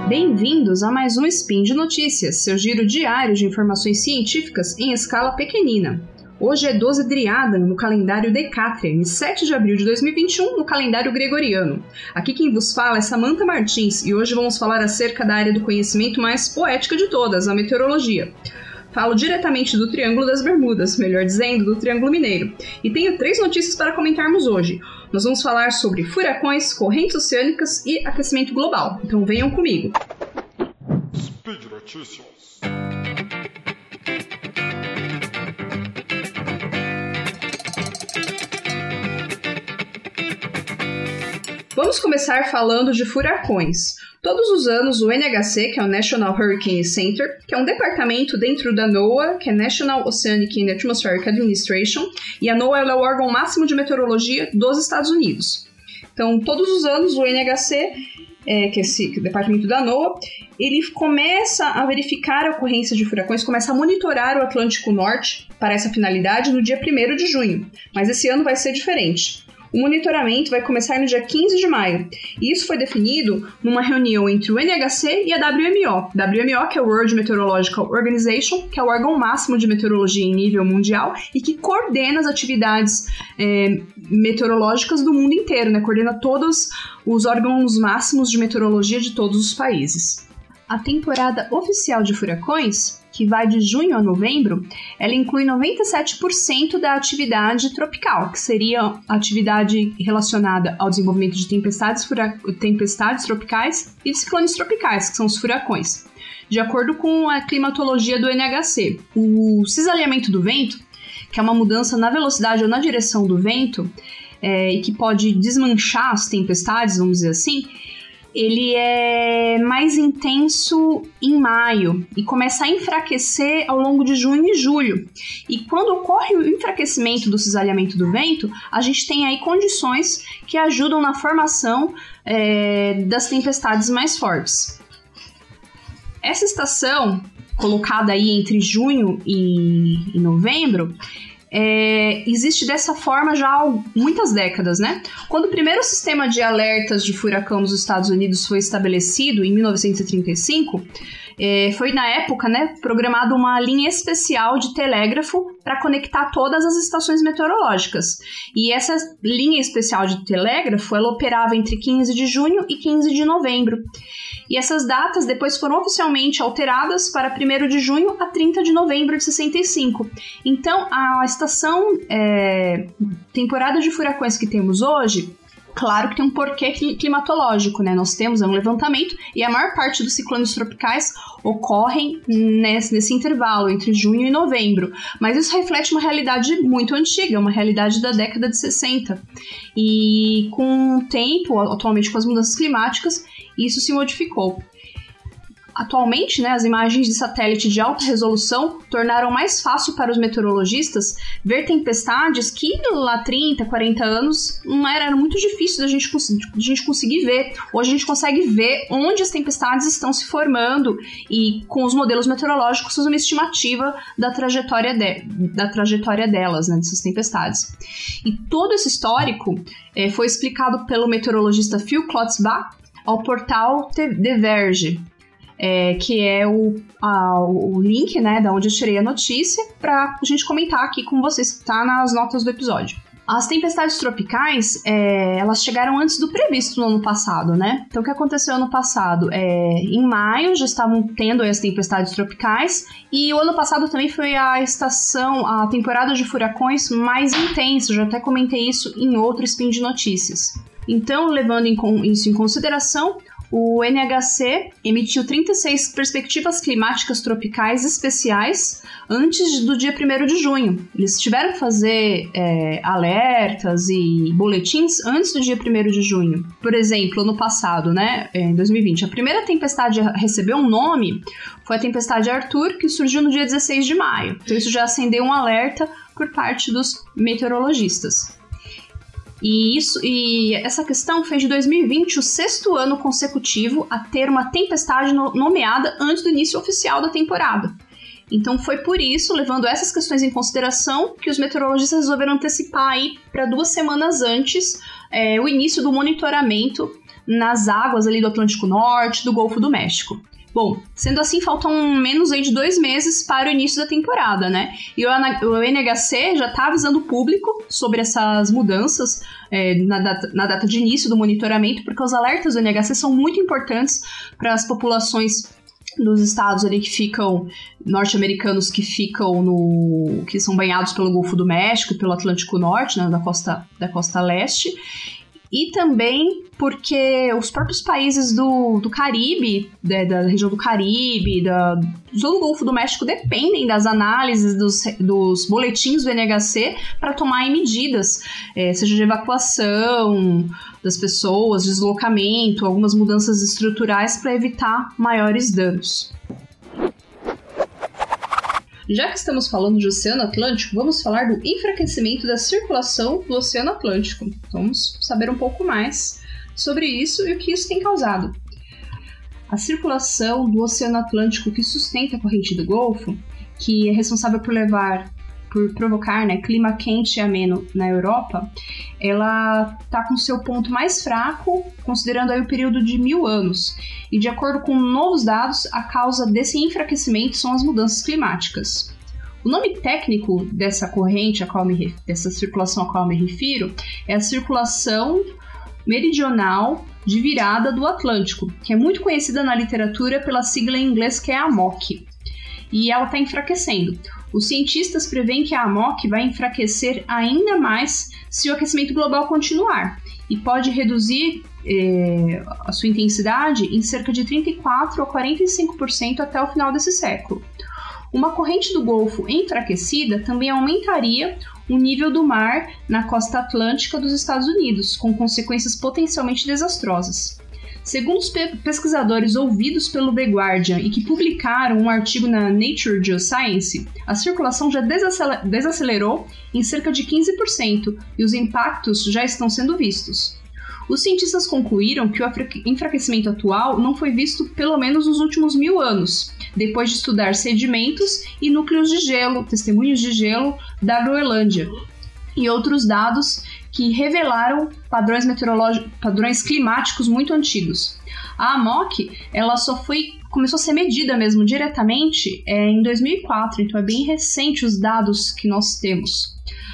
Bem-vindos a mais um Spin de Notícias, seu giro diário de informações científicas em escala pequenina. Hoje é 12 Driadan no calendário Decatrian e 7 de abril de 2021 no calendário Gregoriano. Aqui quem vos fala é Samantha Martins e hoje vamos falar acerca da área do conhecimento mais poética de todas, a meteorologia. Falo diretamente do Triângulo das Bermudas, melhor dizendo, do Triângulo Mineiro. E tenho 3 notícias para comentarmos hoje. Nós vamos falar sobre furacões, correntes oceânicas e aquecimento global. Então venham comigo. Speed Notícias. Vamos começar falando de furacões. Todos os anos, o NHC, que é o National Hurricane Center, que é um departamento dentro da NOAA, que é National Oceanic and Atmospheric Administration, e a NOAA é o órgão máximo de meteorologia dos Estados Unidos. Então, todos os anos, o NHC, que é esse departamento da NOAA, ele começa a verificar a ocorrência de furacões, começa a monitorar o Atlântico Norte para essa finalidade no dia 1º de junho, mas esse ano vai ser diferente. O monitoramento vai começar no dia 15 de maio, e isso foi definido numa reunião entre o NHC e a WMO. WMO, que é o World Meteorological Organization, que é o órgão máximo de meteorologia em nível mundial e que coordena as atividades meteorológicas do mundo inteiro, né? Coordena todos os órgãos máximos de meteorologia de todos os países. A temporada oficial de furacões, que vai de junho a novembro, ela inclui 97% da atividade tropical, que seria a atividade relacionada ao desenvolvimento de tempestades tropicais e de ciclones tropicais, que são os furacões. De acordo com a climatologia do NHC, o cisalhamento do vento, que é uma mudança na velocidade ou na direção do vento, e que pode desmanchar as tempestades, vamos dizer assim, ele é mais intenso em maio e começa a enfraquecer ao longo de junho e julho. E quando ocorre o enfraquecimento do cisalhamento do vento, a gente tem aí condições que ajudam na formação das tempestades mais fortes. Essa estação, colocada aí entre junho e novembro, existe dessa forma já há muitas décadas, né? Quando o primeiro sistema de alertas de furacão nos Estados Unidos foi estabelecido, em 1935, foi na época, né, programada uma linha especial de telégrafo para conectar todas as estações meteorológicas. E essa linha especial de telégrafo, ela operava entre 15 de junho e 15 de novembro. E essas datas depois foram oficialmente alteradas para 1º de junho a 30 de novembro de 65. Então, a estação temporada de furacões que temos hoje, claro que tem um porquê climatológico, né? Nós temos um levantamento e a maior parte dos ciclones tropicais ocorrem nesse intervalo, entre junho e novembro. Mas isso reflete uma realidade muito antiga, uma realidade da década de 60. E com o tempo, atualmente com as mudanças climáticas, isso se modificou. Atualmente, né, as imagens de satélite de alta resolução tornaram mais fácil para os meteorologistas ver tempestades que lá 30, 40 anos era muito difícil da gente conseguir ver. Hoje a gente consegue ver onde as tempestades estão se formando e com os modelos meteorológicos fazer uma estimativa da trajetória delas, né, dessas tempestades. E todo esse histórico foi explicado pelo meteorologista Phil Klotzbach ao portal The Verge, que é o link, né, da onde eu tirei a notícia, para a gente comentar aqui com vocês, que está nas notas do episódio. As tempestades tropicais, elas chegaram antes do previsto no ano passado, né? Então, o que aconteceu ano passado? Em maio já estavam tendo as tempestades tropicais, e o ano passado também foi a temporada de furacões mais intensa. Eu já até comentei isso em outro Spin de Notícias. Então, levando isso em consideração, o NHC emitiu 36 perspectivas climáticas tropicais especiais antes do dia 1º de junho. Eles tiveram que fazer alertas e boletins antes do dia 1º de junho. Por exemplo, ano passado, né, em 2020, a primeira tempestade a receber um nome foi a tempestade Arthur, que surgiu no dia 16 de maio. Então isso já acendeu um alerta por parte dos meteorologistas. E essa questão fez de 2020 o 6º ano consecutivo a ter uma tempestade nomeada antes do início oficial da temporada. Então foi por isso, levando essas questões em consideração, que os meteorologistas resolveram antecipar aí para 2 semanas antes o início do monitoramento nas águas ali do Atlântico Norte, do Golfo do México. Bom, sendo assim, faltam menos aí de 2 meses para o início da temporada, né? E o NHC já está avisando o público sobre essas mudanças na data de início do monitoramento, porque os alertas do NHC são muito importantes para as populações dos estados ali que ficam, norte-americanos que são banhados pelo Golfo do México e pelo Atlântico Norte, né, da costa leste. E também porque os próprios países do Caribe, da região do Caribe, do Golfo do México, dependem das análises dos boletins do NHC para tomarem medidas, seja de evacuação das pessoas, deslocamento, algumas mudanças estruturais para evitar maiores danos. Já que estamos falando de Oceano Atlântico, vamos falar do enfraquecimento da circulação do Oceano Atlântico. Vamos saber um pouco mais sobre isso e o que isso tem causado. A circulação do Oceano Atlântico que sustenta a corrente do Golfo, que é responsável por provocar, né, clima quente e ameno na Europa, ela está com seu ponto mais fraco, considerando aí o período de 1000 anos. E de acordo com novos dados, a causa desse enfraquecimento são as mudanças climáticas. O nome técnico dessa corrente, dessa circulação a qual eu me refiro, é a circulação meridional de virada do Atlântico, que é muito conhecida na literatura pela sigla em inglês que é AMOC. E ela está enfraquecendo. Os cientistas preveem que a AMOC vai enfraquecer ainda mais se o aquecimento global continuar e pode reduzir a sua intensidade em cerca de 34% a 45% até o final desse século. Uma corrente do Golfo enfraquecida também aumentaria o nível do mar na costa atlântica dos Estados Unidos, com consequências potencialmente desastrosas. Segundo os pesquisadores ouvidos pelo The Guardian e que publicaram um artigo na Nature Geoscience, a circulação já desacelerou em cerca de 15% e os impactos já estão sendo vistos. Os cientistas concluíram que o enfraquecimento atual não foi visto pelo menos nos últimos 1000 anos, depois de estudar sedimentos e núcleos de gelo, testemunhos de gelo da Groenlândia, e outros dados que revelaram padrões climáticos muito antigos. A AMOC ela começou a ser medida mesmo diretamente em 2004, então é bem recente os dados que nós temos.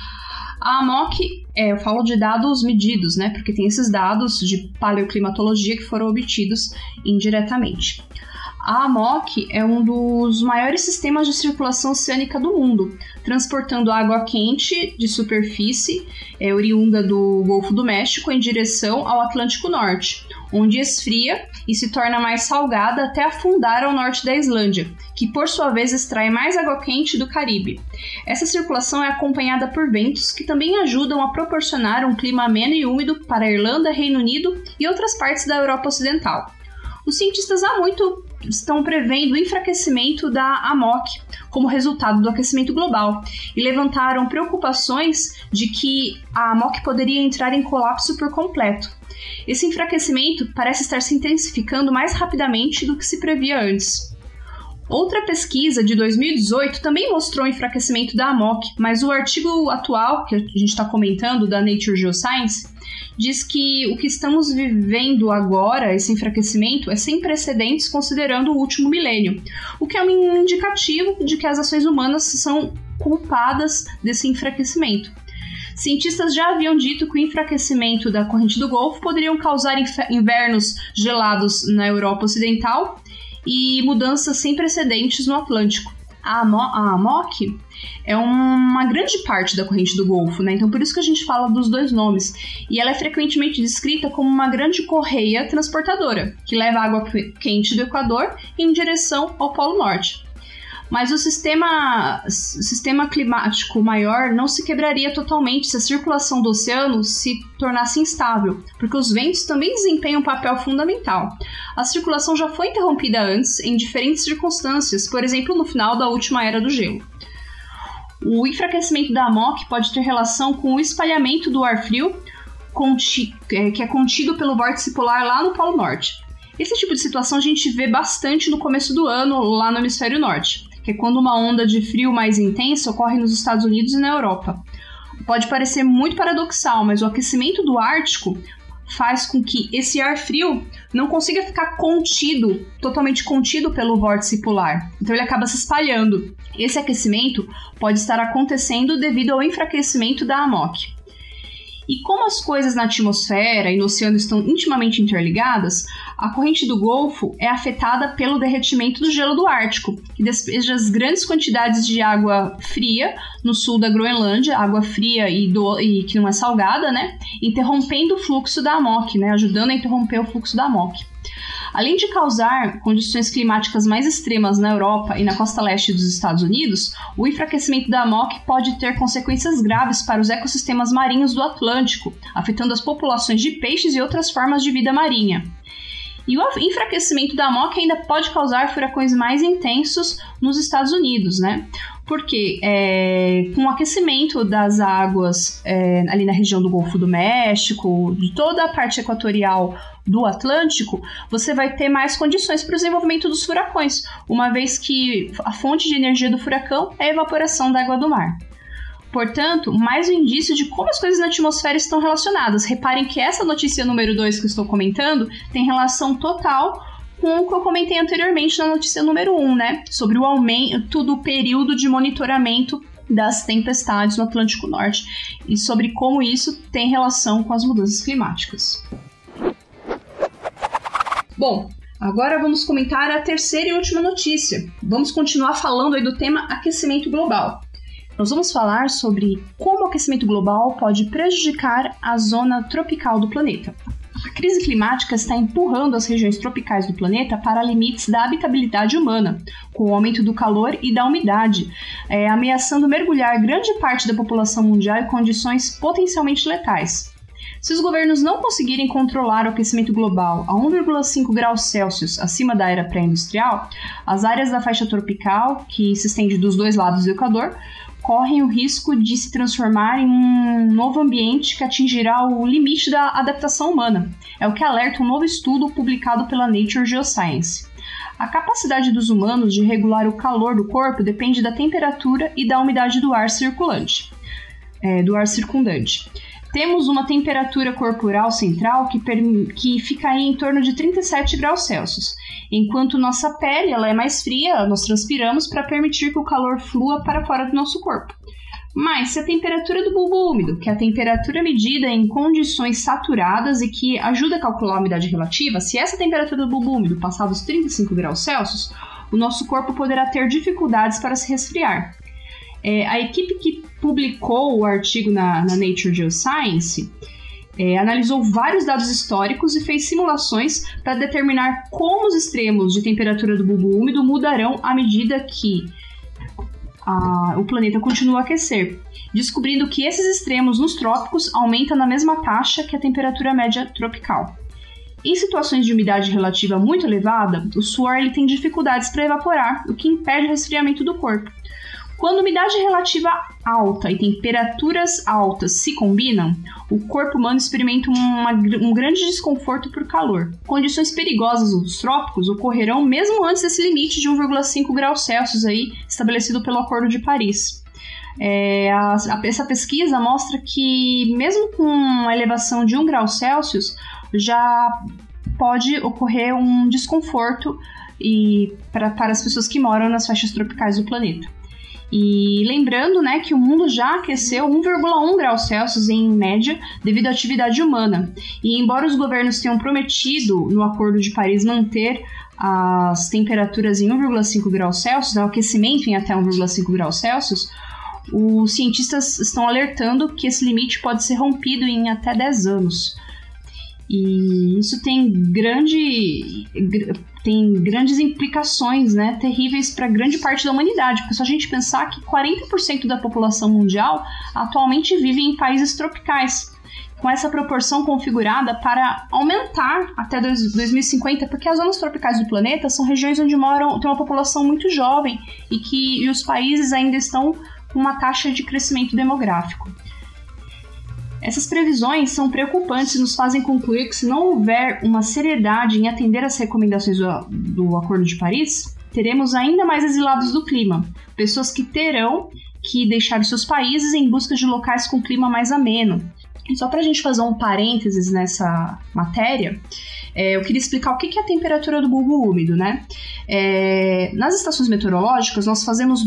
A AMOC, eu falo de dados medidos, né, porque tem esses dados de paleoclimatologia que foram obtidos indiretamente. A AMOC é um dos maiores sistemas de circulação oceânica do mundo, transportando água quente de superfície, oriunda do Golfo do México, em direção ao Atlântico Norte, onde esfria e se torna mais salgada até afundar ao norte da Islândia, que por sua vez extrai mais água quente do Caribe. Essa circulação é acompanhada por ventos que também ajudam a proporcionar um clima ameno e úmido para a Irlanda, Reino Unido e outras partes da Europa Ocidental. Os cientistas há muito estão prevendo o enfraquecimento da AMOC como resultado do aquecimento global e levantaram preocupações de que a AMOC poderia entrar em colapso por completo. Esse enfraquecimento parece estar se intensificando mais rapidamente do que se previa antes. Outra pesquisa de 2018 também mostrou o enfraquecimento da AMOC, mas o artigo atual, que a gente está comentando, da Nature Geoscience, diz que o que estamos vivendo agora, esse enfraquecimento, é sem precedentes considerando o último milênio, o que é um indicativo de que as ações humanas são culpadas desse enfraquecimento. Cientistas já haviam dito que o enfraquecimento da corrente do Golfo poderiam causar invernos gelados na Europa Ocidental e mudanças sem precedentes no Atlântico. A AMOC é uma grande parte da corrente do Golfo, né? Então por isso que a gente fala dos dois nomes. E ela é frequentemente descrita como uma grande correia transportadora, que leva água quente do Equador em direção ao Polo Norte. Mas o sistema climático maior não se quebraria totalmente se a circulação do oceano se tornasse instável, porque os ventos também desempenham um papel fundamental. A circulação já foi interrompida antes, em diferentes circunstâncias, por exemplo, no final da última era do gelo. O enfraquecimento da AMOC pode ter relação com o espalhamento do ar frio, que é contido pelo vórtice polar lá no Polo Norte. Esse tipo de situação a gente vê bastante no começo do ano lá no hemisfério norte, que é quando uma onda de frio mais intensa ocorre nos Estados Unidos e na Europa. Pode parecer muito paradoxal, mas o aquecimento do Ártico faz com que esse ar frio não consiga ficar totalmente contido pelo vórtice polar. Então ele acaba se espalhando. Esse aquecimento pode estar acontecendo devido ao enfraquecimento da AMOC. E como as coisas na atmosfera e no oceano estão intimamente interligadas, a corrente do Golfo é afetada pelo derretimento do gelo do Ártico, que despeja as grandes quantidades de água fria no sul da Groenlândia, água fria e que não é salgada, né? Interrompendo o fluxo da AMOC, né? Ajudando a interromper o fluxo da AMOC. Além de causar condições climáticas mais extremas na Europa e na costa leste dos Estados Unidos, o enfraquecimento da AMOC pode ter consequências graves para os ecossistemas marinhos do Atlântico, afetando as populações de peixes e outras formas de vida marinha. E o enfraquecimento da AMOC ainda pode causar furacões mais intensos nos Estados Unidos, né? Porque com o aquecimento das águas ali na região do Golfo do México, de toda a parte equatorial do Atlântico, você vai ter mais condições para o desenvolvimento dos furacões, uma vez que a fonte de energia do furacão é a evaporação da água do mar. Portanto, mais um indício de como as coisas na atmosfera estão relacionadas. Reparem que essa notícia número 2 que eu estou comentando tem relação total com o que eu comentei anteriormente na notícia número 1, né? Sobre o aumento do período de monitoramento das tempestades no Atlântico Norte e sobre como isso tem relação com as mudanças climáticas. Bom, agora vamos comentar a terceira e última notícia. Vamos continuar falando aí do tema aquecimento global. Nós vamos falar sobre como o aquecimento global pode prejudicar a zona tropical do planeta. A crise climática está empurrando as regiões tropicais do planeta para limites da habitabilidade humana, com o aumento do calor e da umidade, ameaçando mergulhar grande parte da população mundial em condições potencialmente letais. Se os governos não conseguirem controlar o aquecimento global a 1,5 graus Celsius acima da era pré-industrial, as áreas da faixa tropical, que se estende dos dois lados do Equador, correm o risco de se transformar em um novo ambiente que atingirá o limite da adaptação humana. É o que alerta um novo estudo publicado pela Nature Geoscience. A capacidade dos humanos de regular o calor do corpo depende da temperatura e da umidade do ar circundante. Temos uma temperatura corporal central que fica aí em torno de 37 graus Celsius. Enquanto nossa pele ela é mais fria, nós transpiramos para permitir que o calor flua para fora do nosso corpo. Mas se a temperatura do bulbo úmido, que é a temperatura medida em condições saturadas e que ajuda a calcular a umidade relativa, se essa temperatura do bulbo úmido passar dos 35 graus Celsius, o nosso corpo poderá ter dificuldades para se resfriar. A equipe que publicou o artigo na Nature Geoscience analisou vários dados históricos e fez simulações para determinar como os extremos de temperatura do bulbo úmido mudarão à medida que o planeta continua a aquecer, descobrindo que esses extremos nos trópicos aumentam na mesma taxa que a temperatura média tropical. Em situações de umidade relativa muito elevada, o suor tem dificuldades para evaporar, o que impede o resfriamento do corpo. Quando a umidade relativa alta e temperaturas altas se combinam, o corpo humano experimenta um grande desconforto por calor. Condições perigosas nos trópicos ocorrerão mesmo antes desse limite de 1,5 graus Celsius aí, estabelecido pelo Acordo de Paris. Essa pesquisa mostra que, mesmo com a elevação de 1 grau Celsius, já pode ocorrer um desconforto para as pessoas que moram nas faixas tropicais do planeta. E lembrando, né, que o mundo já aqueceu 1,1 graus Celsius em média devido à atividade humana. E embora os governos tenham prometido no Acordo de Paris manter as temperaturas em 1,5 graus Celsius, o aquecimento em até 1,5 graus Celsius, os cientistas estão alertando que esse limite pode ser rompido em até 10 anos. E isso tem grandes implicações, né, terríveis para grande parte da humanidade, porque só a gente pensar que 40% da população mundial atualmente vive em países tropicais, com essa proporção configurada para aumentar até 2050, porque as zonas tropicais do planeta são regiões onde tem uma população muito jovem e os países ainda estão com uma taxa de crescimento demográfico. Essas previsões são preocupantes e nos fazem concluir que, se não houver uma seriedade em atender às recomendações do Acordo de Paris, teremos ainda mais exilados do clima, pessoas que terão que deixaram seus países em busca de locais com clima mais ameno. E só para a gente fazer um parênteses nessa matéria, eu queria explicar o que é a temperatura do bulbo úmido, né? Nas estações meteorológicas, nós fazemos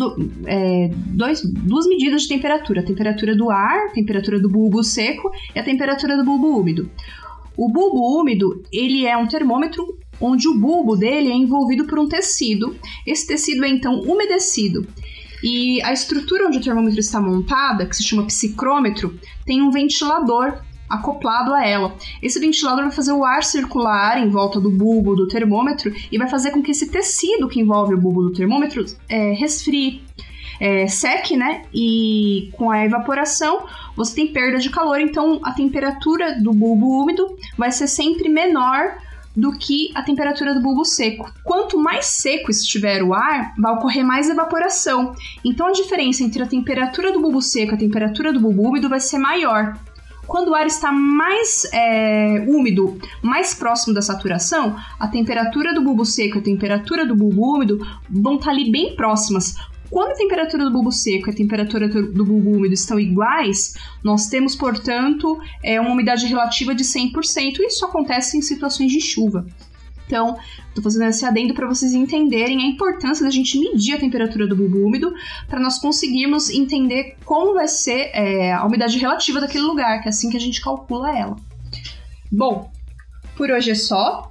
duas medidas de temperatura. A temperatura do ar, a temperatura do bulbo seco e a temperatura do bulbo úmido. O bulbo úmido, ele é um termômetro onde o bulbo dele é envolvido por um tecido. Esse tecido é, então, umedecido. E a estrutura onde o termômetro está montada, que se chama psicrômetro, tem um ventilador acoplado a ela. Esse ventilador vai fazer o ar circular em volta do bulbo do termômetro e vai fazer com que esse tecido que envolve o bulbo do termômetro resfrie, seque, né? E com a evaporação você tem perda de calor, então a temperatura do bulbo úmido vai ser sempre menor do que a temperatura do bulbo seco. Quanto mais seco estiver o ar, vai ocorrer mais evaporação. Então a diferença entre a temperatura do bulbo seco e a temperatura do bulbo úmido vai ser maior. Quando o ar está mais úmido, mais próximo da saturação, a temperatura do bulbo seco e a temperatura do bulbo úmido vão estar ali bem próximas. Quando a temperatura do bulbo seco e a temperatura do bulbo úmido estão iguais, nós temos, portanto, uma umidade relativa de 100%. Isso acontece em situações de chuva. Então, estou fazendo esse adendo para vocês entenderem a importância da gente medir a temperatura do bulbo úmido para nós conseguirmos entender como vai ser a umidade relativa daquele lugar, que é assim que a gente calcula ela. Bom, por hoje é só.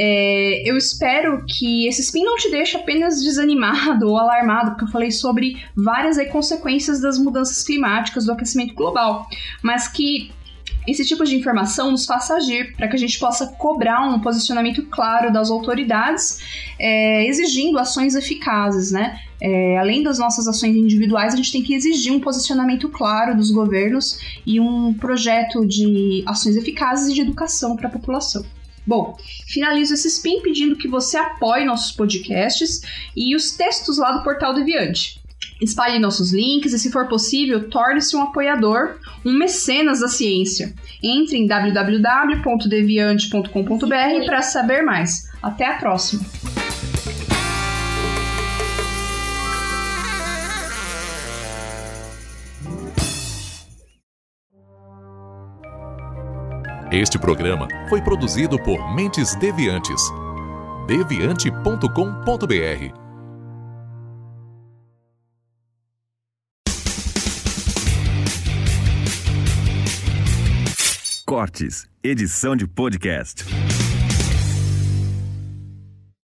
Eu espero que esse spin não te deixe apenas desanimado ou alarmado, porque eu falei sobre várias consequências das mudanças climáticas, do aquecimento global, mas que esse tipo de informação nos faça agir, para que a gente possa cobrar um posicionamento claro das autoridades, exigindo ações eficazes, né? Além das nossas ações individuais, a gente tem que exigir um posicionamento claro dos governos e um projeto de ações eficazes e de educação para a população. Bom, finalizo esse spin pedindo que você apoie nossos podcasts e os textos lá do Portal Deviante. Espalhe nossos links e, se for possível, torne-se um apoiador, um mecenas da ciência. Entre em www.deviante.com.br para saber mais. Até a próxima! Este programa foi produzido por Mentes Deviantes. deviante.com.br. Cortes, edição de podcast.